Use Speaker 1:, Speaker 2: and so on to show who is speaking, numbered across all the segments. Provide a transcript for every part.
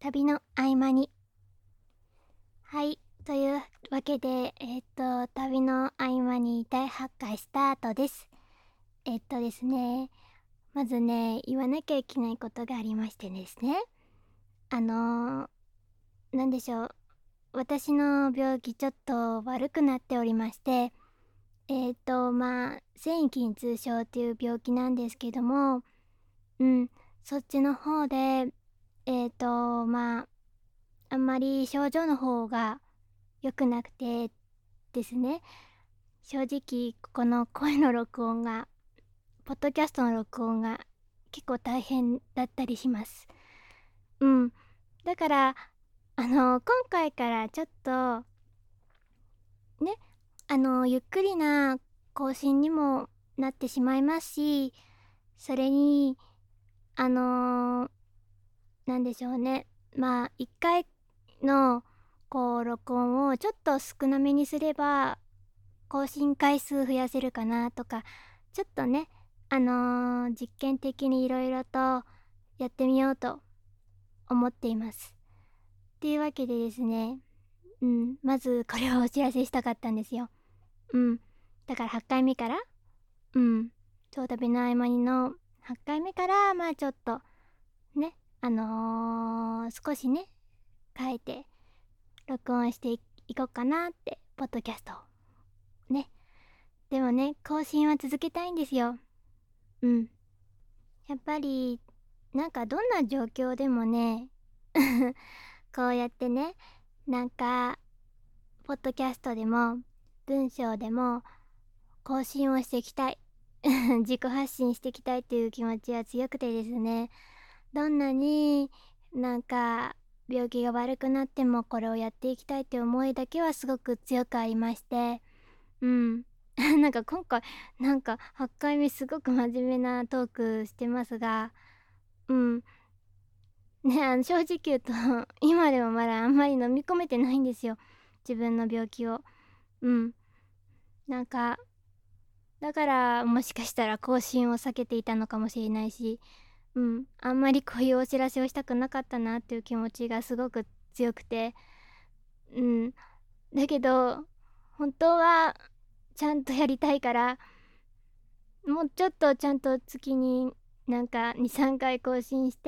Speaker 1: 旅の合間に。はい、というわけで、旅の合間に第8回スタートです。ですね、まずね、言わなきゃいけないことがありましてですね。なんでしょう。私の病気ちょっと悪くなっておりまして、線維筋痛症っていう病気なんですけども、そっちの方で、あんまり症状の方が良くなくてですね、正直この声の録音が、ポッドキャストの録音が結構大変だったりします。だから今回からちょっとね、ゆっくりな更新にもなってしまいますし、それになんでしょうね、1回の録音をちょっと少なめにすれば更新回数増やせるかなとか、ちょっとね、実験的にいろいろとやってみようと思っています。っていうわけでですね、まずこれをお知らせしたかったんですよ。だから8回目から、超旅の合間にの8回目から、ちょっとね、少しね、変えて録音していこうかなって、ポッドキャストをね。でもね、更新は続けたいんですよ。やっぱりなんかどんな状況でもねこうやってね、なんかポッドキャストでも文章でも更新をしていきたい自己発信していきたいっていう気持ちは強くてですね、どんなになんか病気が悪くなってもこれをやっていきたいって思いだけはすごく強くありまして、なんか今回なんか8回目すごく真面目なトークしてますが、ね、正直言うと今でもまだあんまり飲み込めてないんですよ、自分の病気を。なんかだからもしかしたら更新を避けていたのかもしれないし、あんまりこういうお知らせをしたくなかったなっていう気持ちがすごく強くて、だけど本当はちゃんとやりたいから、もうちょっとちゃんと月になんか2、3回更新して、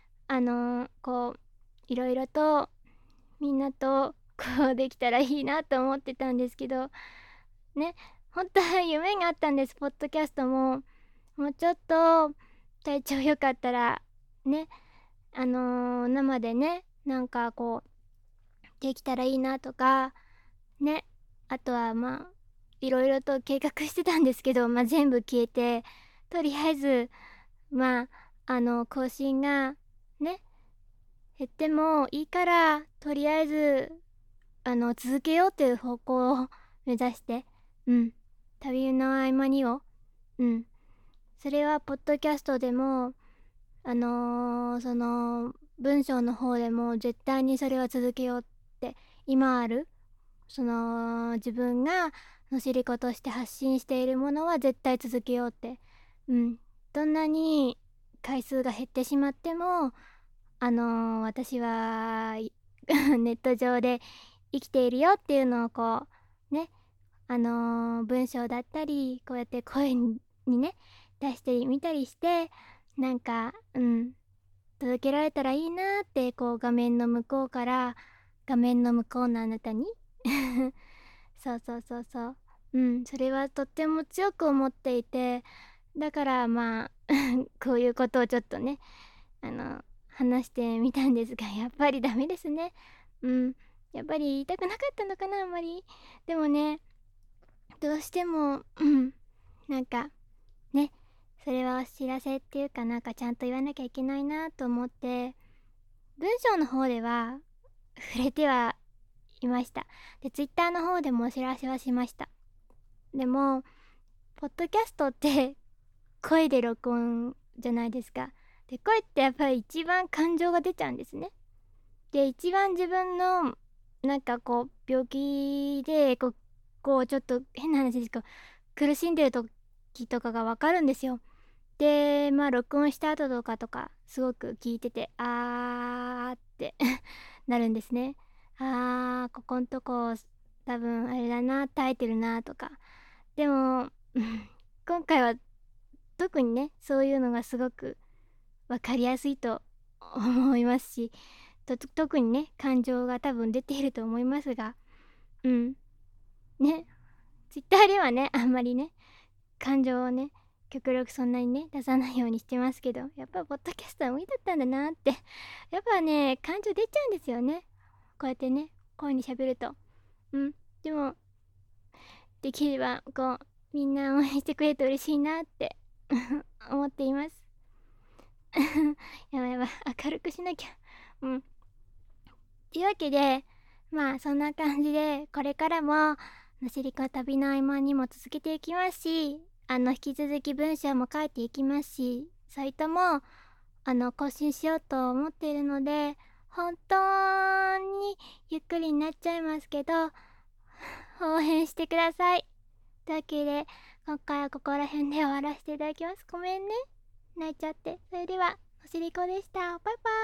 Speaker 1: いろいろとみんなとこうできたらいいなと思ってたんですけどね、本当は夢があったんです。ポッドキャストももうちょっと体調良かったらね、生でね、なんかできたらいいなとかね、あとはいろいろと計画してたんですけど、全部消えて、とりあえず更新がね、減ってもいいから、とりあえず続けようっていう方向を目指して、旅の合間にを、それはポッドキャストでもその文章の方でも絶対にそれは続けようって、今あるその自分がのしりことして発信しているものは絶対続けようって、どんなに回数が減ってしまっても私はネット上で生きているよっていうのをね、文章だったりこうやって声にね出してみたりして、なんか届けられたらいいなって、画面の向こうから、画面の向こうのあなたにそうそうそうそう、それはとっても強く思っていて、だからこういうことをちょっとね話してみたんですが、やっぱりダメですね。やっぱり言いたくなかったのかな、あんまり。でもね、どうしてもなんかね、それはお知らせっていうか、なんかちゃんと言わなきゃいけないなと思って、文章の方では触れてはいました。で、ツイッターの方でもお知らせはしました。でもポッドキャストって声で録音じゃないですか。で、声ってやっぱり一番感情が出ちゃうんですね。で、一番自分のなんか病気でちょっと変な話ですけど苦しんでる時とかがわかるんですよ。で、録音した後とかすごく聞いてて、あーっってなるんですね。ここんとこ多分あれだな、耐えてるなとか。でも今回は特にね、そういうのがすごく分かりやすいと思いますし、特にね、感情が多分出ていると思いますが、うん。ね、ツイッターではね、あんまりね、感情をね、極力そんなにね、出さないようにしてますけど、やっぱポッドキャストは無理だったんだなって。やっぱね、感情出ちゃうんですよね。こうやってね、声に喋ると。うん。でも、できれば、みんな応援してくれると嬉しいなって思っています。やばいやばい、明るくしなきゃ。うん。というわけで、まあそんな感じで、これからも、のしりこ旅の合間にも続けていきますし、引き続き文章も書いていきますし、サイトも、更新しようと思っているので、本当にゆっくりになっちゃいますけど、応援してください。というわけで、今回はここら辺で終わらせていただきます。ごめんね。泣いちゃって。それでは、のしりこでした。バイバーイ。